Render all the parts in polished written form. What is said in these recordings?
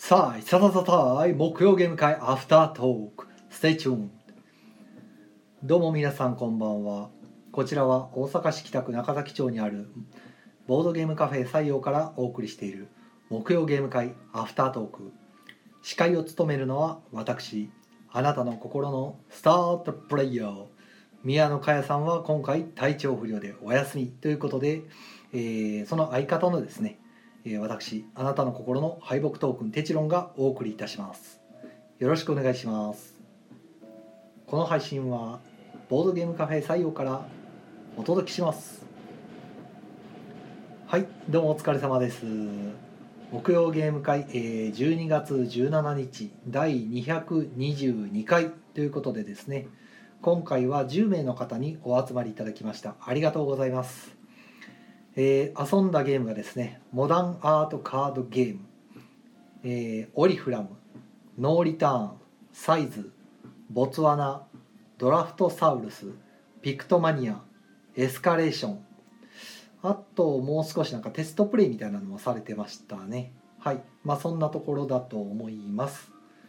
さあ、ささささい木曜ゲーム会アフタートークステイチューン。どうも皆さんこんばんは。こちらは大阪市北区中崎町にあるボードゲームカフェ採用からお送りしている木曜ゲーム会アフタートーク。司会を務めるのは私、あなたの心のスタートプレイヤー宮野佳代さんは今回体調不良でお休みということで、その相方のですね、私あなたの心の敗北トークンテチロンがお送りいたします。よろしくお願いします。この配信はボードゲームカフェ採用からお届けします。はい、どうもお疲れ様です。木曜ゲーム会、12月17日第222回ということでですね、今回は10名の方にお集まりいただきました。ありがとうございます。遊んだゲームがですね、モダンアートカードゲーム、オリフラム、ノーリターン、サイズ、ボツワナ、ドラフトサウルス、ピクトマニア、エスカレーション、あともう少しなんかテストプレイみたいなのもされてましたね。はい、そんなところだと思います。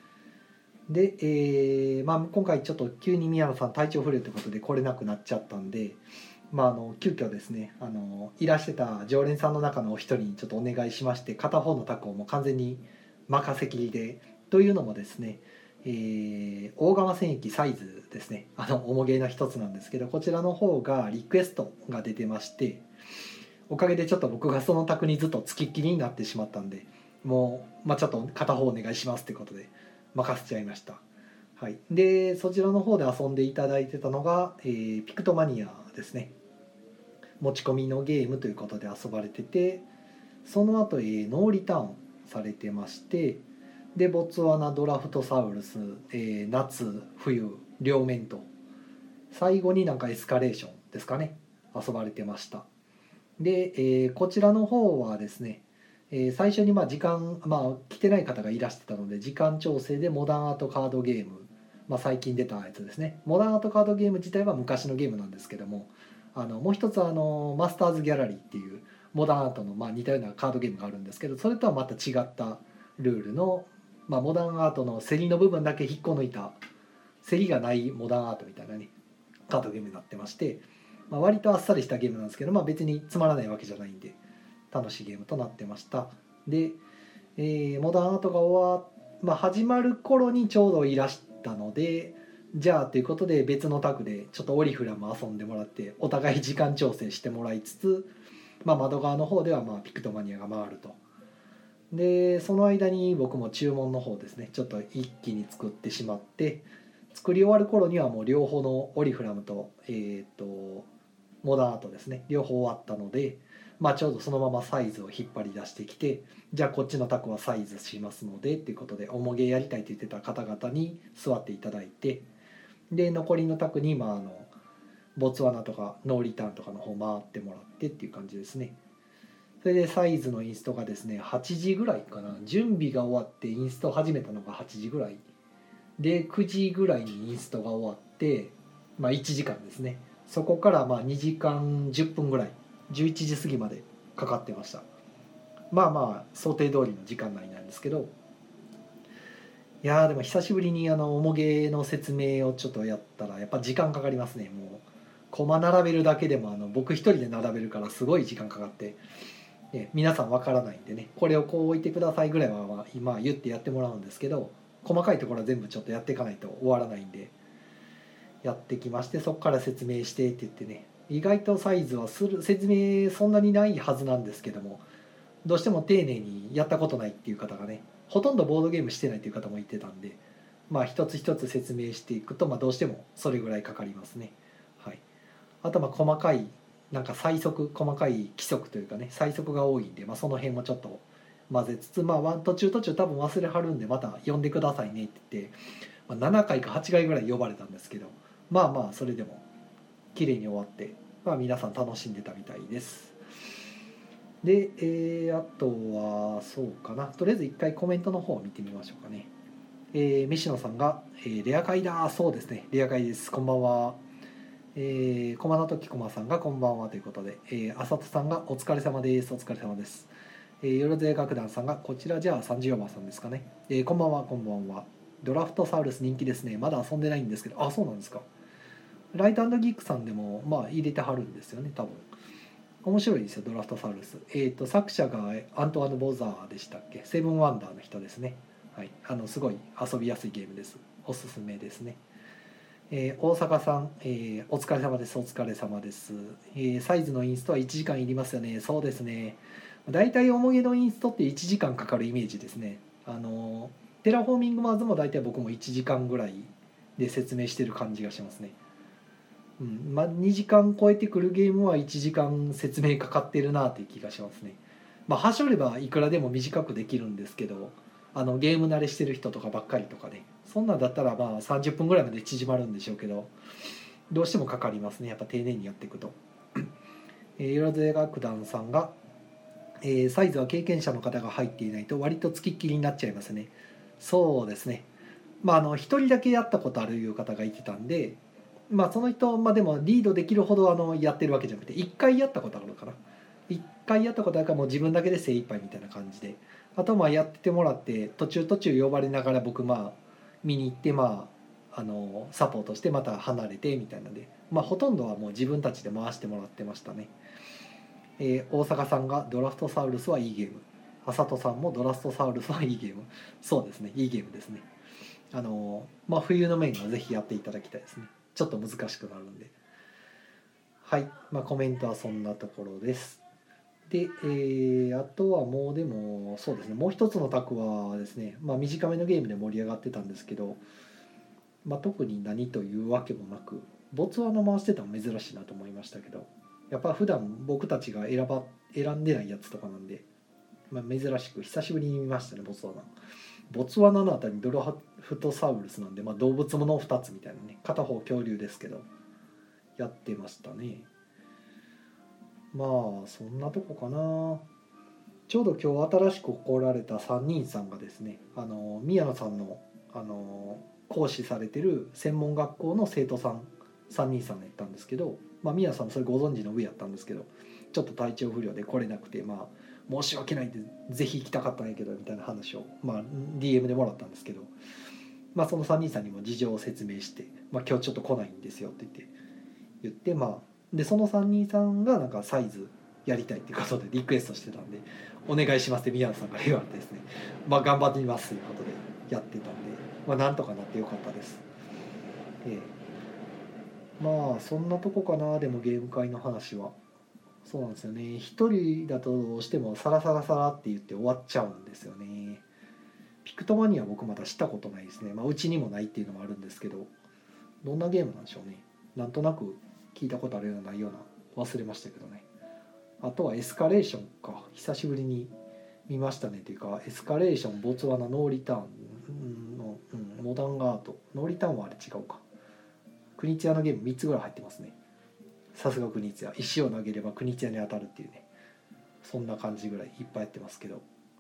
で、今回ちょっと急に宮野さん体調不良ということで来れなくなっちゃったんで、急遽ですね、いらしてた常連さんの中のお一人にちょっとお願いしまして、片方のタコをもう完全に任せきりで、というのもですね、大釜戦役サイズですね、重げの一つなんですけど、こちらの方がリクエストが出てまして、おかげでちょっと僕がその卓にずっと付きっきりになってしまったんで、もう、ちょっと片方お願いしますってことで任せちゃいました。はい、でそちらの方で遊んでいただいてたのが、ピクトマニアですね。持ち込みのゲームということで遊ばれてて、その後、ノーリターンされてまして、でボツワナ、ドラフトサウルス、夏冬両面と、最後になんかエスカレーションですかね、遊ばれてました。で、こちらの方はですね、最初に時間、来てない方がいらしてたので時間調整でモダンアートカードゲーム、最近出たやつですね。モダンアートカードゲーム自体は昔のゲームなんですけども、もう一つマスターズギャラリーっていうモダンアートの似たようなカードゲームがあるんですけど、それとはまた違ったルールの、モダンアートの競りの部分だけ引っこ抜いた、競りがないモダンアートみたいなねカードゲームになってまして、割とあっさりしたゲームなんですけど、別につまらないわけじゃないんで楽しいゲームとなってました。で、モダンアートが始まる頃にちょうどいらしたので、じゃあということで別のタクでちょっとオリフラム遊んでもらって、お互い時間調整してもらいつつ、窓側の方ではピクトマニアが回ると。でその間に僕も注文の方ですね、ちょっと一気に作ってしまって、作り終わる頃にはもう両方のオリフラムと、モダンアートですね、両方終わったので、ちょうどそのままサイズを引っ張り出してきて、じゃあこっちのタコはサイズしますのでっていうことで、重げやりたいって言ってた方々に座っていただいて、で残りのタクにボツワナとかノーリターンとかの方回ってもらってっていう感じですね。それでサイズのインストがですね8時ぐらいかな、準備が終わってインスト始めたのが8時ぐらいで、9時ぐらいにインストが終わって、1時間ですね。そこから2時間10分ぐらい、11時過ぎまでかかってました。想定通りの時間内なんですけど、いやでも久しぶりに重げの説明をちょっとやったらやっぱ時間かかりますね。もうコマ並べるだけでも僕一人で並べるからすごい時間かかって、皆さんわからないんでね、これをこう置いてくださいぐらいは今言ってやってもらうんですけど、細かいところは全部ちょっとやっていかないと終わらないんでやってきまして、そこから説明してって言ってね、意外とサイズは説明そんなにないはずなんですけども、どうしても丁寧にやったことないっていう方がね、ほとんどボードゲームしてないっていう方も言ってたんで、一つ一つ説明していくとどうしてもそれぐらいかかりますね。はい、あと細かいなんか細かい規則というかね、最速が多いんで、その辺もちょっと混ぜつつ、途中多分忘れはるんでまた呼んでくださいねって言って、7回か8回ぐらい呼ばれたんですけど、それでも綺麗に終わって、皆さん楽しんでたみたいです。で、あとはそうかな、とりあえず一回コメントの方を見てみましょうかね。飯野さんが、レア会だ、そうですね、レア会です、こんばんは。駒の時駒さんがこんばんはということで、浅田さんがお疲れ様です、お疲れ様です。 よろずや楽団さんがこちらじゃあ30番さんですかね、こんばんは。こんばんは。ドラフトサウルス人気ですね。まだ遊んでないんですけど、あ、そうなんですか。ライトギークさんでもまあ入れてはるんですよね多分。面白いですよドラフトサウルス。作者がアントワヌ・ボザーでしたっけ。セブンワンダーの人ですね。はい、すごい遊びやすいゲームです。おすすめですね。大阪さん、お疲れ様です。お疲れ様です。サイズのインストは1時間いりますよね。そうですね。だいたい重げのインストって1時間かかるイメージですね。テラフォーミングマーズもだいたい僕も1時間ぐらいで説明してる感じがしますね。まあ、2時間超えてくるゲームは1時間説明かかってるなっていう気がしますね。まあ、はしょればいくらでも短くできるんですけど、ゲーム慣れしてる人とかばっかりとかね、そんなんだったらまあ30分ぐらいまで縮まるんでしょうけど、どうしてもかかりますね、やっぱ丁寧にやっていくと。よろずや楽団さんが、サイズは経験者の方が入っていないと割とつきっきりになっちゃいますね。そうですね。まあ一人だけやったことあるいう方がいてたんで、まあその人、まあでもリードできるほどやってるわけじゃなくて、1回やったことあるのかな。1回やったことあるからもう自分だけで精一杯みたいな感じで、あとまあやっててもらって途中途中呼ばれながら僕まあ見に行って、まあサポートしてまた離れてみたいなので、まあほとんどはもう自分たちで回してもらってましたね。大阪さんがドラフトサウルスはいいゲーム。浅戸さんもドラフトサウルスはいいゲーム。そうですね、いいゲームですね。まあ冬の面はぜひやっていただきたいですね。ちょっと難しくなるんで。はい、まあ、コメントはそんなところです。で、あとはもうでもそうですね、もう一つのタクはですね、まあ、短めのゲームで盛り上がってたんですけど、まあ、特に何というわけもなくボツワナ回してたの珍しいなと思いましたけど、やっぱ普段僕たちが選んでないやつとかなんで、まあ、珍しく久しぶりに見ましたね。ボツワナのあたりにドラフトサウルスなんで、まあ、動物もの2つみたいなね、片方恐竜ですけどやってましたね。まあそんなとこかな。ちょうど今日新しく来られた3人さんがですね、宮野さんの、講師されてる専門学校の生徒さん3人さんがやったんですけど、まあ、宮野さんもそれご存知の上やったんですけど、ちょっと体調不良で来れなくて、まあ申し訳ないんでぜひ行きたかったんやけどみたいな話を、まあ、DM でもらったんですけど、まあ、その3人さんにも事情を説明して、まあ、今日ちょっと来ないんですよって言って、まあでその3人さんがなんかサイズやりたいっていうことでリクエストしてたんで、お願いしますって宮野さんから言われてですね、まあ頑張ってみますということでやってたんで、まあなんとかなってよかったです。まあそんなとこかな。でもゲーム会の話はそうなんですよね。一人だとどうしてもサラサラサラって言って終わっちゃうんですよね。ピクトマニア僕まだ知ったことないですね。まあうちにもないっていうのもあるんですけど、どんなゲームなんでしょうね。なんとなく聞いたことあるようなないような忘れましたけどね。あとはエスカレーションか、久しぶりに見ましたね。というかエスカレーション、ボツワナ、ノーリターンの、モダンアート、ノーリターンはあれ違うか。クニチアのゲーム3つぐらい入ってますね。さすがクニチア、石を投げればクニチアに当たるっていうね、そんな感じぐらいいっぱいやってますけど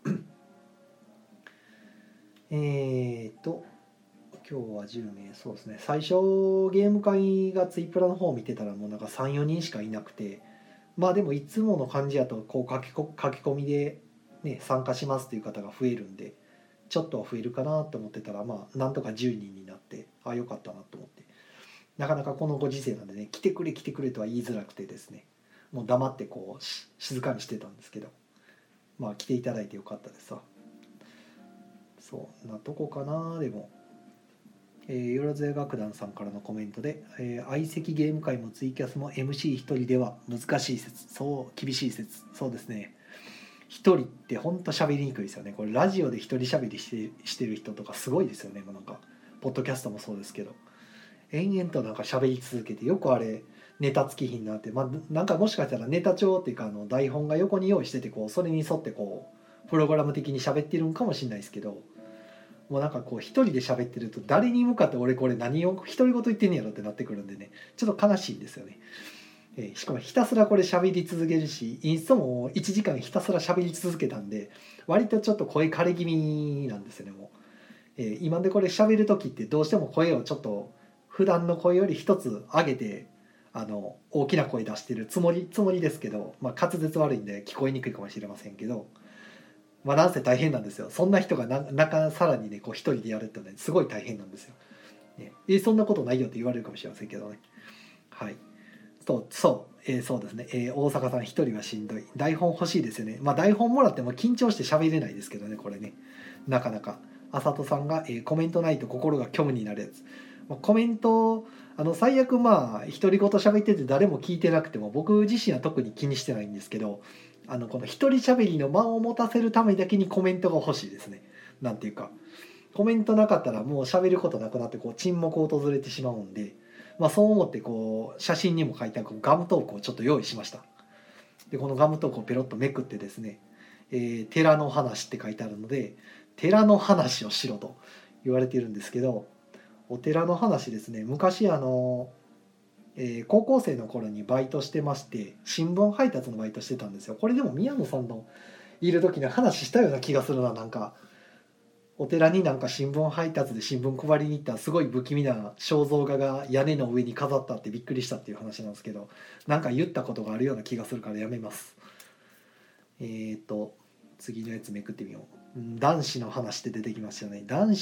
今日は10名、そうですね。最初ゲーム会がツイプラの方を見てたらもうなんか3、4人しかいなくて、まあでもいつもの感じやとこう書き込みで、ね、参加しますっていう方が増えるんで、ちょっとは増えるかなと思ってたら、まあなんとか10人になって、ああよかったなと思って、なかなかこのご時世なんでね、来てくれ来てくれとは言いづらくてですね、もう黙ってこう静かにしてたんですけど、まあ来ていただいてよかったですわ。そんなとこかな。でもよろずや楽団さんからのコメントで、相席ゲーム会もツイキャスも MC 一人では難しい説、そう厳しい説、そうですね。一人ってほんと喋りにくいですよね。これラジオで一人喋りしてる人とかすごいですよね。なんかポッドキャストもそうですけど、延々となんか喋り続けて、よくあれネタつきひんなって、まあなんかもしかしたらネタ帳っていうか台本が横に用意してて、こうそれに沿ってこうプログラム的に喋ってるんかもしれないですけど、もうなんかこう一人で喋ってると誰に向かって俺これ何を独り言言ってんねやろってなってくるんでね、ちょっと悲しいんですよね。しかもひたすらこれ喋り続けるし、インストも1時間ひたすら喋り続けたんで、割とちょっと声枯れ気味なんですよね。もう、今でこれ喋る時ってどうしても声をちょっと普段の声より一つ上げて大きな声出してるつもりですけど、まあ、滑舌悪いんで聞こえにくいかもしれませんけど、 まあなんせ大変なんですよ。そんな人がさらにねこう一人でやるってねすごい大変なんですよ、ね、そんなことないよって言われるかもしれませんけどね。はい。そうですね、大阪さん一人はしんどい、台本欲しいですよね。まあ台本もらっても緊張して喋れないですけどねこれね、なかなか。あさとさんが、コメントないと心が虚無になるやつ、まあ、コメント最悪まあ独り言喋ってて誰も聞いてなくても僕自身は特に気にしてないんですけど、この一人喋りの間を持たせるためだけにコメントが欲しいですね。なんていうかコメントなかったらもう喋ることなくなってこう沈黙を訪れてしまうんで、まあ、そう思ってこう写真にも書いたガムトークをちょっと用意しました。でこのガムトークをペロッとめくってですね、寺の話って書いてあるので寺の話をしろと言われているんですけど、お寺の話ですね。昔高校生の頃にバイトしてまして、新聞配達のバイトしてたんですよ。これでも宮野さんのいる時に話したような気がするな。なんかお寺になんか新聞配達で新聞配りに行ったらすごい不気味な肖像画が屋根の上に飾ったってびっくりしたっていう話なんですけど、なんか言ったことがあるような気がするからやめます。次のやつめくってみよう。男子の話って出てきましたよね。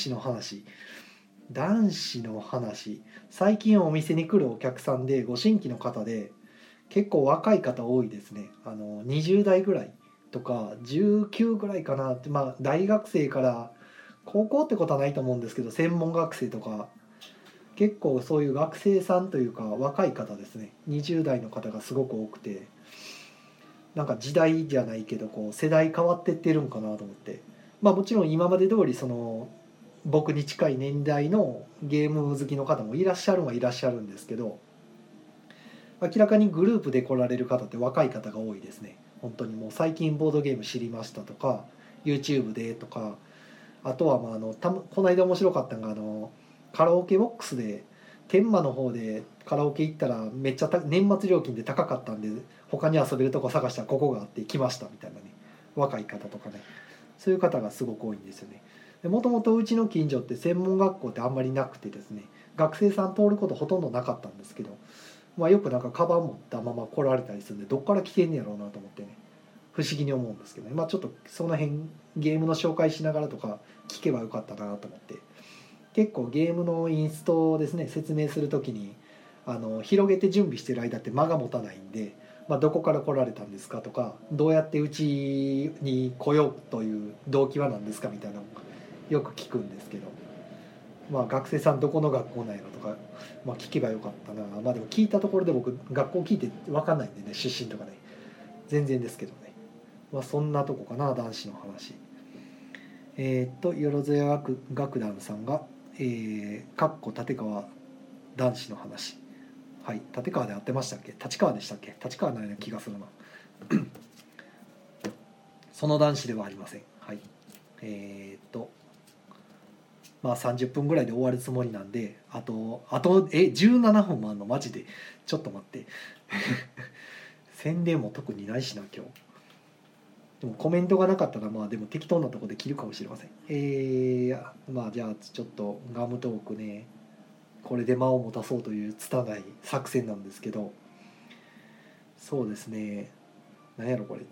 男子の話、最近お店に来るお客さんでご新規の方で結構若い方多いですね。20代ぐらいとか19ぐらいかなって、まあ大学生から高校ってことはないと思うんですけど専門学生とか結構そういう学生さんというか若い方ですね、20代の方がすごく多くて、なんか時代じゃないけどこう世代変わってってるんかなと思って、まあもちろん今まで通りその僕に近い年代のゲーム好きの方もいらっしゃるはいらっしゃるんですけど、明らかにグループで来られる方って若い方が多いですね。本当にもう最近ボードゲーム知りましたとか YouTube でとか、あとはまあこの間面白かったのがカラオケボックスで天満の方でカラオケ行ったらめっちゃ年末料金で高かったんで他に遊べるとこ探したらここがあって来ましたみたいなね、若い方とかね、そういう方がすごく多いんですよね。もともとうちの近所って専門学校ってあんまりなくてですね、学生さん通ることほとんどなかったんですけど、まあ、よくなんかカバン持ったまま来られたりするんでどっから来てんねやろうなと思ってね、不思議に思うんですけどね。まあちょっとその辺ゲームの紹介しながらとか聞けばよかったなと思って、結構ゲームのインストをですね説明する時に広げて準備してる間って間が持たないんで、まあ、どこから来られたんですかとかどうやってうちに来ようという動機は何ですかみたいなのをよく聞くんですけど、まあ学生さんどこの学校なんやろとか、まあ、聞けばよかったな。まあでも聞いたところで僕学校聞いて分かんないんでね、出身とかね全然ですけどね。まあそんなとこかな男子の話。よろずや楽団さんがかっこ立川男子の話、はい、立川で合ってましたっけ、立川でしたっけ、立川のような気がするな。その男子ではありません。はい。まあ30分ぐらいで終わるつもりなんで、あと17分もあんのマジで。ちょっと待って宣伝も特にないしな今日。でもコメントがなかったらまあでも適当なところで切るかもしれません。まあじゃあちょっとガムトークね、これで間を持たそうという拙い作戦なんですけど、そうですね、何やろこれ、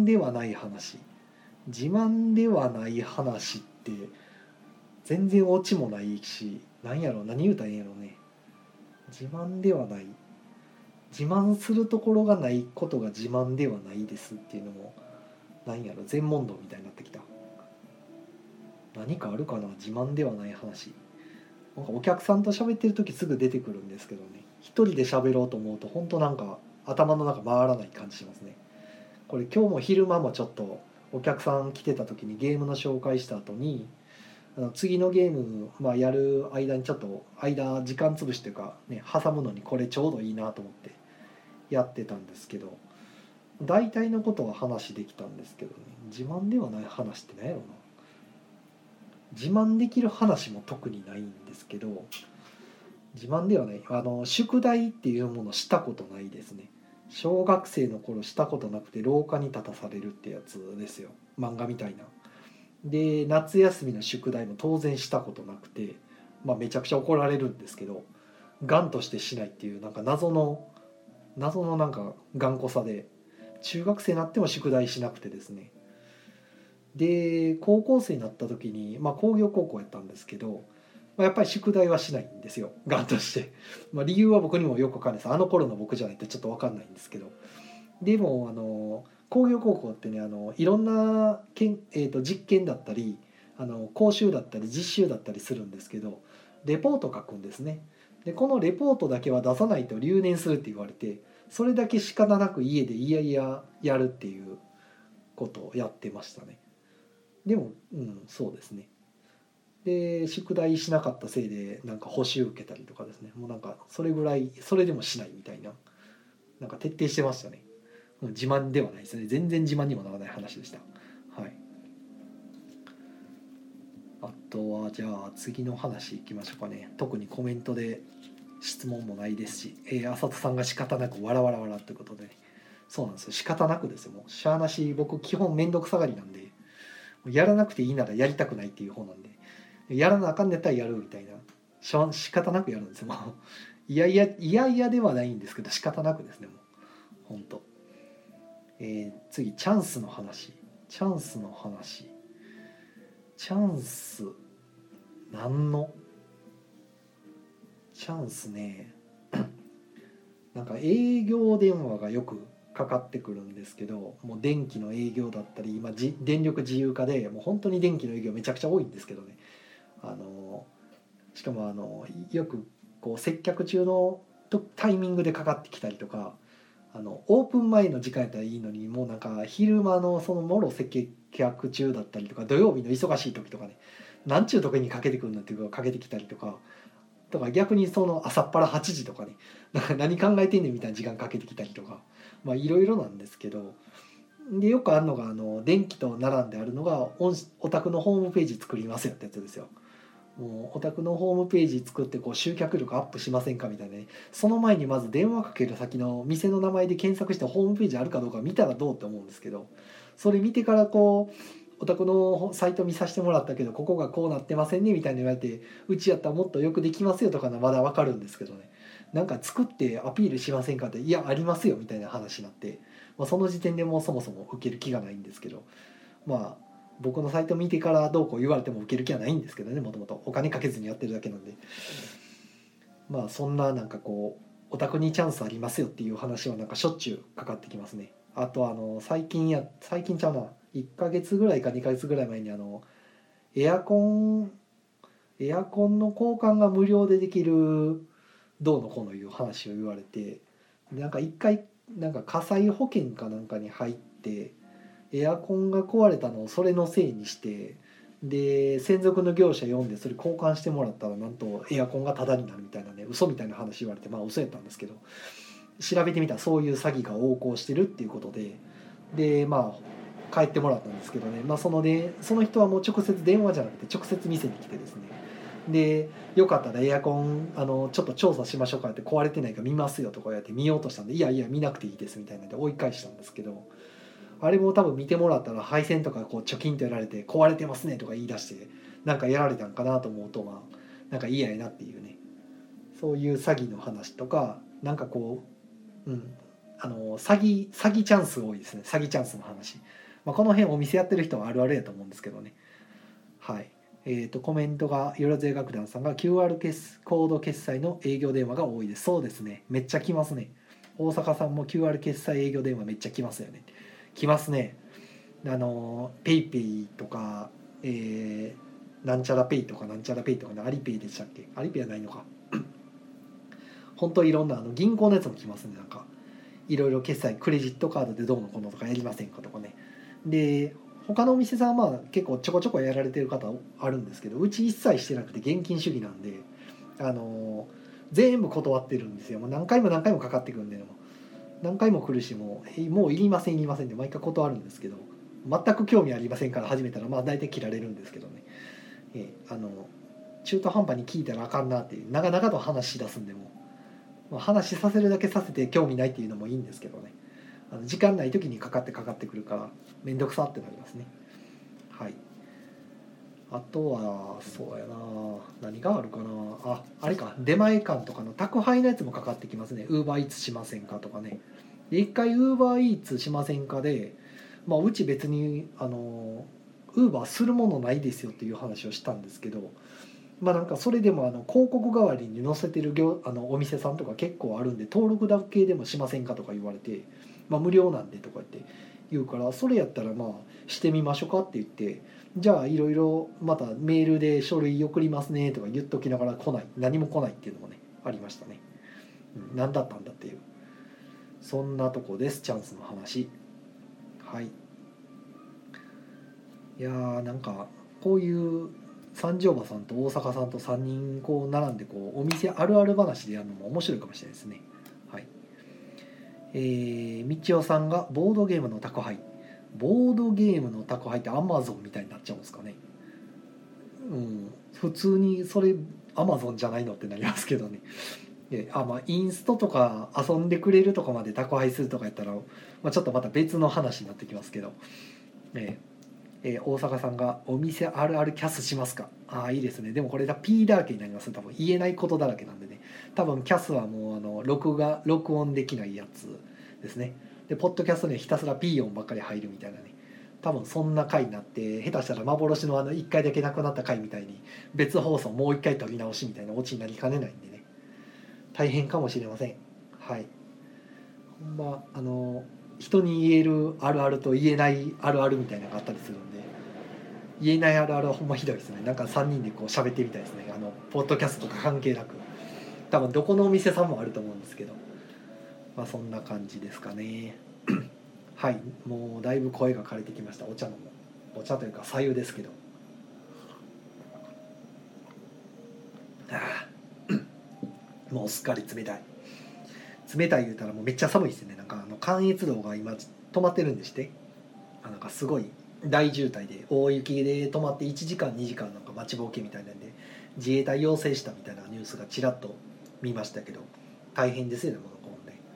自慢ではない話って全然オチもないし、何やろ何言うたらいいんやろね。自慢ではない、自慢するところがないことが自慢ではないですっていうのも何やろ全問答みたいになってきた。何かあるかな自慢ではない話。なんかお客さんと喋ってる時すぐ出てくるんですけどね、一人で喋ろうと思うと本当なんか頭の中回らない感じしますね。これ今日も昼間もちょっとお客さん来てた時にゲームの紹介した後に次のゲーム、まあ、やる間にちょっと時間潰しというか、ね、挟むのにこれちょうどいいなと思ってやってたんですけど、大体のことは話できたんですけどね、自慢ではない話って何やろな。自慢できる話も特にないんですけど、自慢ではない宿題っていうものしたことないですね。小学生の頃したことなくて廊下に立たされるってやつですよ、漫画みたいな。で夏休みの宿題も当然したことなくて、まあ、めちゃくちゃ怒られるんですけど頑としてしないっていうなんか謎のなんか頑固さで中学生になっても宿題しなくてですね。 で高校生になった時に、工業高校やったんですけど、やっぱり宿題はしないんですよ、ガンとして。理由は僕にもよくわかんないです。あの頃の僕じゃないとちょっとわかんないんですけど。でも工業高校ってね、いろんな実験だったり講習だったり実習だったりするんですけど、レポート書くんですね。でこのレポートだけは出さないと留年するって言われて、それだけ仕方なく家でいやいややるっていうことをやってましたね。でもそうですね。で宿題しなかったせいでなんか補習受けたりとかですね、もうなんかそれぐらい、それでもしないみたいな、なんか徹底してましたね。もう自慢ではないですね、全然自慢にもならない話でした。はい。あとはじゃあ次の話いきましょうかね。特にコメントで質問もないですし、浅田さんが仕方なくわらわらわらということで、ね、そうなんですよ、仕方なくですよ。もうしゃあなし、僕基本めんどくさがりなんで、やらなくていいならやりたくないっていう方なんで、やらなあかんねったらやるみたいな、仕方なくやるんですよ。もういやいやいやいやではないんですけど、仕方なくですね、もう本当。次チャンスの話。チャンスの話。チャンス、何のチャンスね。なんか営業電話がよくかかってくるんですけど、もう電気の営業だったり、今電力自由化でもう本当に電気の営業めちゃくちゃ多いんですけどね。しかもよくこう接客中のタイミングでかかってきたりとか、オープン前の時間やったらいいのに、もうなんか昼間のそのもろ接客中だったりとか、土曜日の忙しい時とかね、なんちゅう時にかけてくるのっていうかかけてきたりとか、とか逆にその朝っぱら8時とかね、なんか何考えてんねんみたいな時間かけてきたりとか、いろいろなんですけど、でよくあるのが電気と並んであるのがお宅のホームページ作りますよってやつですよ。もうお宅のホームページ作ってこう集客力アップしませんかみたいなね。その前にまず電話かける先の店の名前で検索してホームページあるかどうか見たらどうって思うんですけど、それ見てからこうお宅のサイト見させてもらったけどここがこうなってませんねみたいに言われて、うちやったらもっとよくできますよとかならまだわかるんですけどね、なんか作ってアピールしませんかって、いやありますよみたいな話になって、その時点でもうそもそも受ける気がないんですけど、僕のサイト見てからどうこう言われても受ける気はないんですけどね、もともとお金かけずにやってるだけなんで、そんななんかこうお宅にチャンスありますよっていう話はなんかしょっちゅうかかってきますね。あと最近ちゃうな、1ヶ月ぐらいか2ヶ月ぐらい前にエアコンエアコンの交換が無料でできるどうのこうのいう話を言われて、なんか一回なんか火災保険かなんかに入ってエアコンが壊れたのをそれのせいにして、で専属の業者呼んでそれ交換してもらったらなんとエアコンがタダになるみたいなね、嘘みたいな話言われて、嘘やったんですけど、調べてみたらそういう詐欺が横行してるっていうことで、帰ってもらったんですけどね、その人はもう直接電話じゃなくて直接店に来てですね、でよかったらエアコンちょっと調査しましょうかって、壊れてないか見ますよとか言って見ようとしたんで、いやいや見なくていいですみたいなんで追い返したんですけど、あれも多分見てもらったら配線とかこうチョキンとやられて壊れてますねとか言い出してなんかやられたんかなと思うと、なんか嫌やなっていうね、そういう詐欺の話とか、なんかこう詐欺チャンス多いですね、詐欺チャンスの話。この辺お店やってる人はあるあるやと思うんですけどね。はい。コメントがよろずや楽団さんが QR コード決済の営業電話が多いです。そうですね、めっちゃ来ますね。大阪さんも QR 決済営業電話めっちゃ来ますよね。来ますね。ペイペイとか、なんちゃらペイとかなんちゃらペイとかね、アリペイでしたっけ、アリペイはないのか。本当いろんな銀行のやつも来ますね。なんかいろいろ決済クレジットカードでどうのこうのとかやりませんかとかね。で他のお店さんは結構ちょこちょこやられてる方あるんですけど、うち一切してなくて現金主義なんで、全部断ってるんですよ。もう何回も何回もかかってくるんで、何回も来るし、もういりませんいりませんって毎回断るんですけど、全く興味ありませんから始めたら大体切られるんですけどね、中途半端に聞いたらあかんなっていう長々と話し出すんで、話させるだけさせて興味ないっていうのもいいんですけどね、時間ない時にかかってくるからめんどくさってなりますね。はい。あとはそうやな、何があるかな、あれか、出前館とかの宅配のやつもかかってきますね。ウーバーイーツしませんかとかね。で一回ウーバーイーツしませんかで、うち別にウウーバーするものないですよっていう話をしたんですけど、まあなんかそれでも広告代わりに載せてるお店さんとか結構あるんで、登録だけでもしませんかとか言われて、まあ無料なんでとか言うから、それやったらまあしてみましょうかって言って、じゃあいろいろまたメールで書類送りますねとか言っときながら何も来ないっていうのもねありましたね。何だったんだっていう、そんなとこです。チャンスの話。はい。いやーなんかこういう三条馬さんと大阪さんと3人こう並んでこうお店あるある話でやるのも面白いかもしれないですね。はい。みちおさんがボードゲームの宅配。ボードゲームの宅配ってアマゾンみたいになっちゃうんですかね。うん、普通にそれアマゾンじゃないのってなりますけどね。まあインストとか遊んでくれるとかまで宅配するとかやったら、まあ、ちょっとまた別の話になってきますけど、大阪さんがお店あるあるキャスしますか。ああいいですね。でもこれだ P だらけになります。多分言えないことだらけなんでね。多分キャスはもう録音できないやつですね。でポッドキャストにはひたすら P 音ばっかり入るみたいなね。多分そんな回になって、下手したら幻の1回だけなくなった回みたいに別放送もう1回撮り直しみたいなオチになりかねないんでね、大変かもしれません。はい。ほんま人に言えるあるあると言えないあるあるみたいなのがあったりするんで、言えないあるあるはほんまひどいですね。なんか3人でこう喋ってみたいですね。ポッドキャストとか関係なく、多分どこのお店さんもあると思うんですけど、まあそんな感じですかね。はい。もうだいぶ声が枯れてきました。お茶というか白湯ですけど、もうすっかり冷たい言うたらもうめっちゃ寒いですね。なんか関越道が今止まってるんでして、なんかすごい大渋滞で大雪で止まって1時間2時間なんか待ちぼうけみたいなんで、自衛隊要請したみたいなニュースがちらっと見ましたけど、大変ですよね、ものこのね。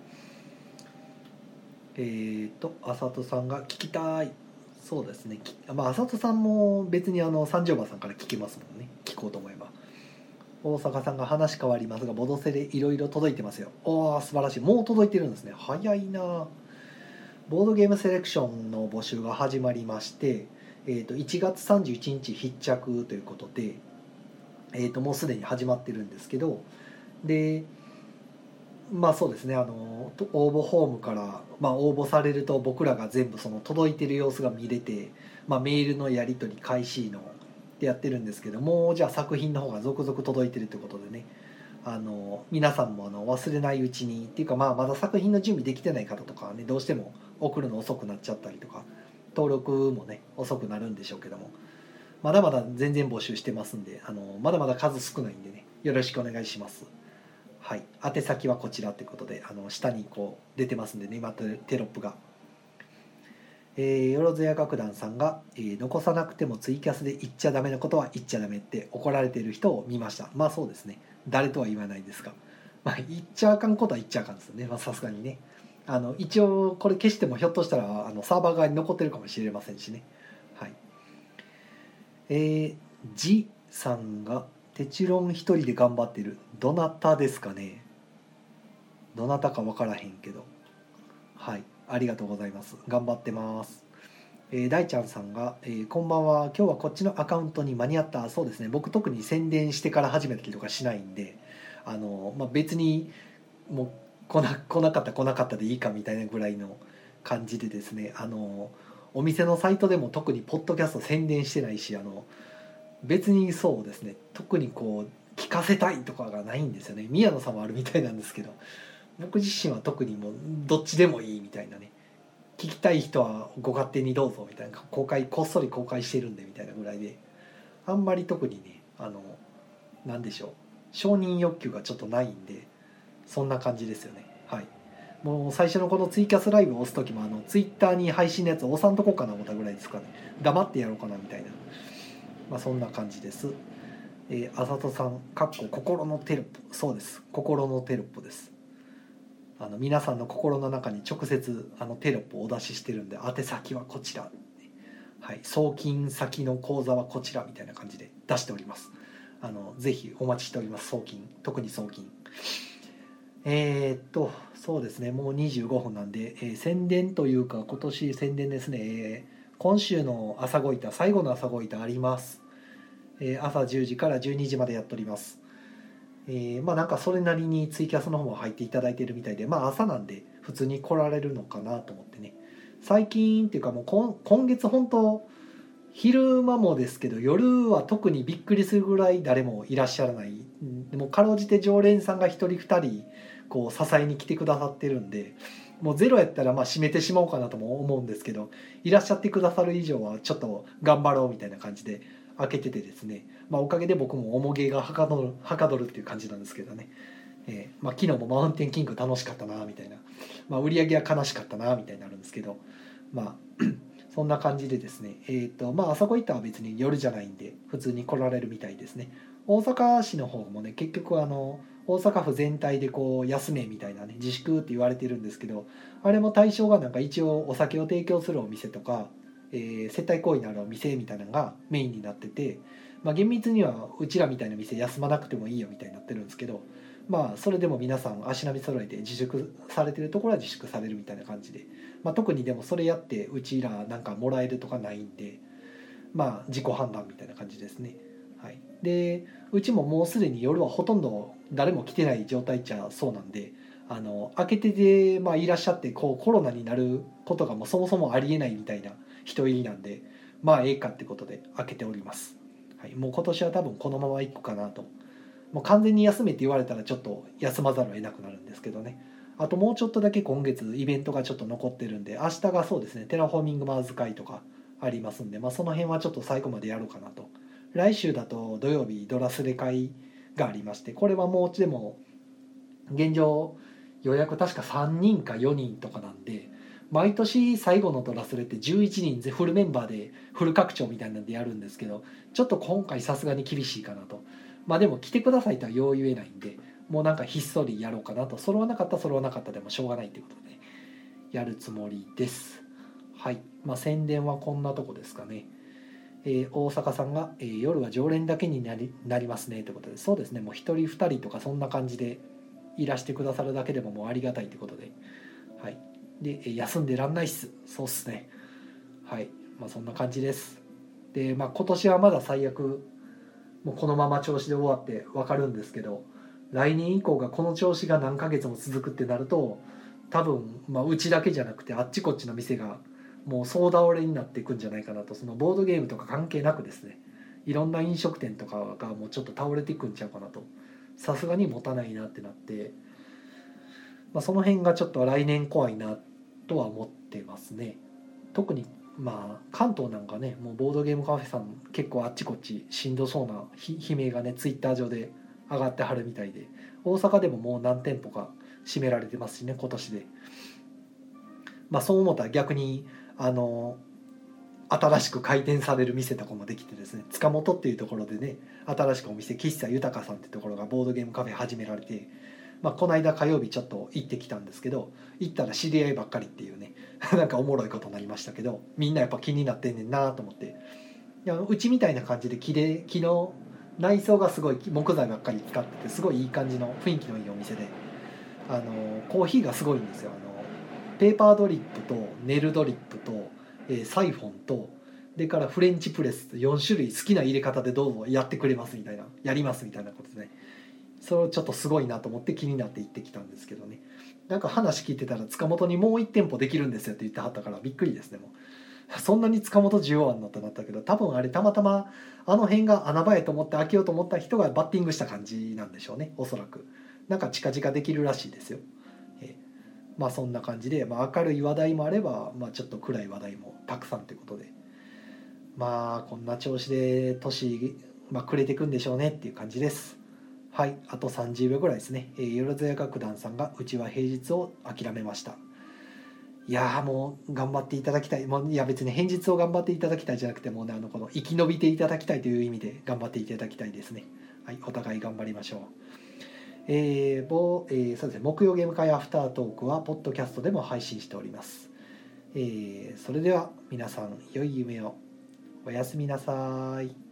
あさとさんが聞きたい。そうですね。まああさとさんも別に三条馬さんから聞けますもんね、聞こうと思えば。大阪さんが話変わりますがボドセでいろいろ届いてますよ。おー素晴らしい。もう届いてるんですね。早いな。ボードゲームセレクションの募集が始まりまして、1月31日必着ということで、もうすでに始まってるんですけど、でまあそうですね、応募フォームから、まあ、応募されると僕らが全部その届いてる様子が見れて、まあ、メールのやり取り開始のでやってるんですけども、じゃあ作品の方が続々届いてるということでね、皆さんも忘れないうちにっていうか、まあ、まだ作品の準備できてない方とかはね、どうしても送るの遅くなっちゃったりとか、登録もね遅くなるんでしょうけども、まだまだ全然募集してますんで、まだまだ数少ないんでね、よろしくお願いします。はい、宛先はこちらということで、下にこう出てますんでね、今テロップが。よろずや楽団さんが、残さなくてもツイキャスで言っちゃダメなことは言っちゃダメって怒られている人を見ました。まあそうですね、誰とは言わないですが、まあ、言っちゃあかんことは言っちゃあかんですよね、さすがにね。一応これ消してもひょっとしたらサーバー側に残ってるかもしれませんしね。はい。ジさんがテチロン一人で頑張ってる。どなたですかね。どなたか分からへんけど、はい、ありがとうございます。頑張ってます。大ちゃんさんが、こんばんは。今日はこっちのアカウントに間に合った。そうですね。僕特に宣伝してから始めたりとかしないんで、まあ、別にもう来なかったでいいかみたいなぐらいの感じでですね。お店のサイトでも特にポッドキャスト宣伝してないし、別にそうですね。特にこう聞かせたいとかがないんですよね。宮野さんはあるみたいなんですけど、僕自身は特にもうどっちでもいいみたいなね。聞きたい人はご勝手にどうぞみたいな、こっそり公開してるんでみたいなぐらいで、あんまり特にね、なんでしょう、承認欲求がちょっとないんで、そんな感じですよね。はい。もう最初のこのツイキャスライブを押す時もツイッターに配信のやつを押さんとこうかな思ったぐらいですかね。黙ってやろうかなみたいな、まあそんな感じです。あさとさん心のテロップ。そうです、心のテロップです。皆さんの心の中に直接テロップをお出ししてるんで、宛先はこちら、はい、送金先の口座はこちらみたいな感じで出しております。ぜひお待ちしております。送金、特に送金。そうですね、もう25分なんで、宣伝というか今年宣伝ですね。 今週の朝ごいた、最後の朝ごいたあります。朝10時から12時までやっております。まあなんかそれなりにツイキャスの方も入っていただいているみたいで、まあ朝なんで普通に来られるのかなと思ってね。最近っていうかもう今月本当昼間もですけど、夜は特にびっくりするぐらい誰もいらっしゃらない。でもかろうじて常連さんが1人2人こう支えに来てくださってるんで、もうゼロやったらまあ閉めてしまおうかなとも思うんですけど、いらっしゃってくださる以上はちょっと頑張ろうみたいな感じで開けててですね、まあ、おかげで僕も重げがはかどるっていう感じなんですけどね。まあ、昨日もマウンテンキング楽しかったなみたいな、まあ、売り上げは悲しかったなみたいになるんですけど、まあそんな感じでですね、まあ朝ごいたは別に夜じゃないんで普通に来られるみたいですね。大阪市の方もね、結局大阪府全体でこう休めみたいなね、自粛って言われてるんですけど、あれも対象がなんか一応お酒を提供するお店とか、接待行為のあるお店みたいなのがメインになってて、まあ、厳密にはうちらみたいな店休まなくてもいいよみたいになってるんですけど、まあそれでも皆さん足並み揃えて自粛されてるところは自粛されるみたいな感じで、まあ、特にでもそれやってうちらなんかもらえるとかないんで、まあ自己判断みたいな感じですね。はい、でうちももうすでに夜はほとんど誰も来てない状態っちゃそうなんで、開けてて、まあ、いらっしゃってこうコロナになることがもうそもそもありえないみたいな人入りなんで、まあええかってことで開けております。はい、もう今年は多分このまま行くかなと。もう完全に休めって言われたらちょっと休まざるを得なくなるんですけどね。あともうちょっとだけ今月イベントがちょっと残ってるんで、明日がそうですね、テラフォーミングマーズ会とかありますんで、まあ、その辺はちょっと最後までやろうかなと。来週だと土曜日ドラスレ会がありまして、これはもうでも現状予約確か3人か4人とかなんで、毎年最後のドラスレって11人フルメンバーでフル拡張みたいなんでやるんですけど、ちょっと今回さすがに厳しいかなと。まあでも来てくださいとはよう言えないんで、もうなんかひっそりやろうかなと。揃わなかったら揃わなかったでもしょうがないっていうことでやるつもりです。はい、まあ宣伝はこんなとこですかね。大阪さんが、夜は常連だけになりますねということで、そうですね、もう1人2人とかそんな感じでいらしてくださるだけでももうありがたいということで、はい、で休んでらんないっす、そうっすね。はい、まあそんな感じです。で、まあ、今年はまだ最悪もうこのまま調子で終わって分かるんですけど、来年以降がこの調子が何ヶ月も続くってなると、多分、まあ、うちだけじゃなくてあっちこっちの店がもう総倒れになっていくんじゃないかなと。そのボードゲームとか関係なくですね、いろんな飲食店とかがもうちょっと倒れていくんちゃうかなと。さすがに持たないなってなって、まあ、その辺がちょっと来年怖いなとは思ってますね。特にまあ関東なんかね、もうボードゲームカフェさん結構あっちこっちしんどそうな悲鳴がねツイッター上で上がってはるみたいで、大阪でももう何店舗か閉められてますしね今年で。まあそう思ったら逆に新しく開店される店とかもできてですね、塚本っていうところでね、新しくお店喫茶豊さんっていうところがボードゲームカフェ始められて、まあ、この間火曜日ちょっと行ってきたんですけど、行ったら知り合いばっかりっていうねなんかおもろいことになりましたけど、みんなやっぱ気になってんねんなと思って。いやうちみたいな感じで木の内装がすごい木材ばっかり使ってて、すごいいい感じの雰囲気のいいお店で、コーヒーがすごいんですよ。ペーパードリップとネルドリップと、サイフォンとでからフレンチプレスと4種類好きな入れ方でどうぞやってくれますみたいな、やりますみたいなことでね、それをちょっとすごいなと思って気になって行ってきたんですけどね。なんか話聞いてたら塚本にもう1店舗できるんですよって言ってはったからびっくりですね。もうそんなに塚本需要あんのとなったけど、多分あれたまたまあの辺が穴場やと思って開けようと思った人がバッティングした感じなんでしょうね、おそらく。なんか近々できるらしいですよ。まあそんな感じで、まあ、明るい話題もあれば、まあ、ちょっと暗い話題もたくさんということで、まあこんな調子で年、まあ、暮れていくんでしょうねっていう感じです。はい、あと30秒ぐらいですね。よろずや楽団さんがうちは平日を諦めました。いやーもう頑張っていただきたい。もういや別に平日を頑張っていただきたいじゃなくて、もうねこの生き延びていただきたいという意味で頑張っていただきたいですね。はい、お互い頑張りましょう。そうですね、木曜ゲーム会アフタートークはポッドキャストでも配信しております。それでは皆さん良い夢を。おやすみなさい。